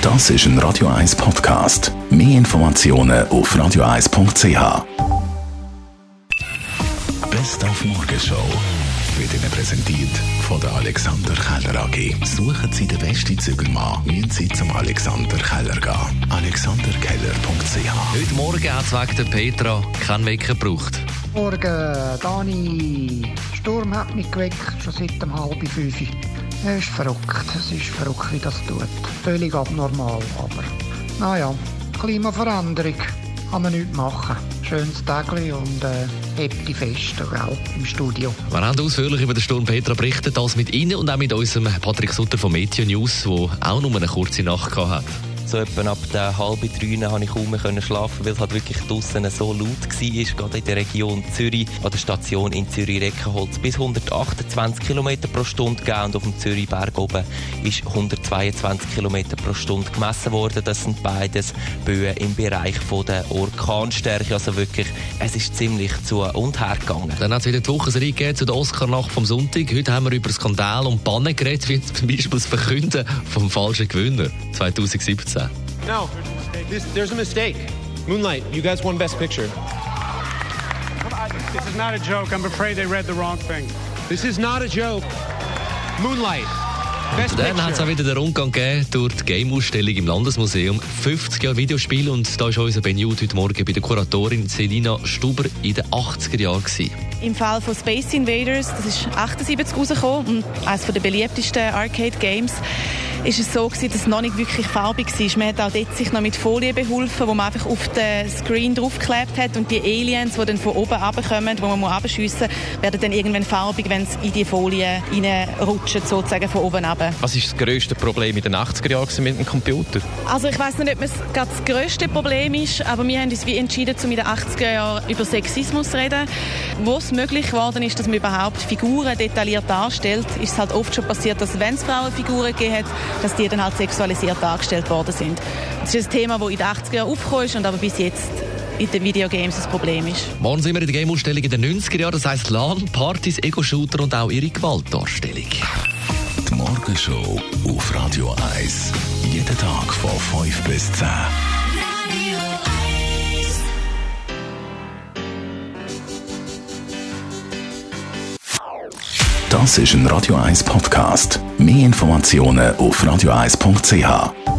Das ist ein Radio 1 Podcast. Mehr Informationen auf radio1.ch. Best auf Morgenshow wird Ihnen präsentiert von der Alexander Keller AG. Suchen Sie den besten Zügelmann, müssen Sie zum Alexander Keller gehen. alexanderkeller.ch. Heute Morgen hat es wegen der Petra keinen Wecker gebraucht. Morgen, Dani. Sturm hat mich geweckt, schon seit 4:30. Es ist verrückt, wie das tut. Völlig abnormal, aber naja, Klimaveränderung kann man nichts machen. Schönes Tägli und hebt die fest, gell, im Studio. Wir haben ausführlich über den Sturm Petra berichtet, das mit Ihnen und auch mit unserem Patrick Sutter von Meteo News, der auch nur eine kurze Nacht hatte. So etwa ab der 2:30 konnte ich kaum mehr schlafen, weil es halt wirklich draussen so laut war. Gerade in der Region Zürich, an der Station in Zürich-Reckenholz, bis 128 km pro Stunde gegeben. Und auf dem Zürichberg oben ist 122 km pro Stunde gemessen worden. Das sind beides Böen im Bereich von der Orkanstärke. Also wirklich, es ist ziemlich zu und her gegangen. Dann hat es wieder die Wochenserie gegeben zu der Oscar-Nacht vom Sonntag. Heute haben wir über Skandal und Pannen geredet, wie zum Beispiel das Verkünden vom falschen Gewinner 2017. No, there's a mistake. Moonlight, you guys won Best Picture. This is not a joke. I'm afraid they read the wrong thing. This is not a joke. Moonlight, Best Dann hat es auch Picture. wieder den Rundgang gegeben durch die Game-Ausstellung im Landesmuseum. 50 Jahre Videospiel, und da ist unser Ben Jude heute Morgen bei der Kuratorin Selina Stuber in den 80er Jahren gewesen. Im Fall von Space Invaders, das ist 78 rausgekommen und eines der beliebtesten Arcade-Games, ist es so gewesen, dass es noch nicht wirklich farbig war. Man hat auch dort sich noch mit Folie beholfen, wo man einfach auf den Screen draufgeklebt hat, und die Aliens, die dann von oben runterkommen, die man runterschiessen muss, werden dann irgendwann farbig, wenn sie in die Folie reinrutschen, sozusagen von oben runter. Was war das grösste Problem in den 80er Jahren mit dem Computer? Also ich weiss nicht, ob es das grösste Problem ist, aber wir haben uns wie entschieden, um in den 80er Jahren über Sexismus zu reden. Wo es möglich geworden ist, dass man überhaupt Figuren detailliert darstellt, ist es halt oft schon passiert, dass wenn es Frauenfiguren gegeben hat, dass die dann halt sexualisiert dargestellt worden sind. Das ist ein Thema, das in den 80er Jahren aufgekommen ist und aber bis jetzt in den Videogames das Problem ist. Morgen sind wir in der Game-Ausstellung in den 90er Jahren, das heisst LAN, Partys, Ego-Shooter und auch ihre Gewaltdarstellung. Die Morgenshow auf Radio 1. Jeden Tag von 5 bis 10. Das ist ein Radio 1 Podcast. Mehr Informationen auf radio1.ch.